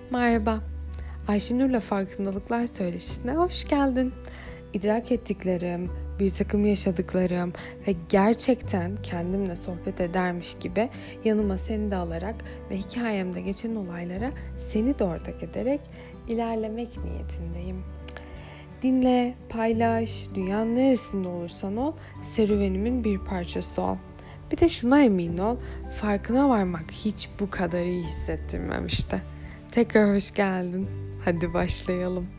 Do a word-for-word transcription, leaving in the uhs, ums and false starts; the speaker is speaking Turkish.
Merhaba, Ayşenur'la Farkındalıklar Söyleşisi'ne hoş geldin. İdrak ettiklerim, bir takım yaşadıklarım ve gerçekten kendimle sohbet edermiş gibi yanıma seni de alarak ve hikayemde geçen olaylara seni de ortak ederek ilerlemek niyetindeyim. Dinle, paylaş, dünyanın neresinde olursan ol, serüvenimin bir parçası ol. Bir de şuna emin ol, farkına varmak hiç bu kadar iyi hissettirmemişti. Tekrar hoş geldin. Hadi başlayalım.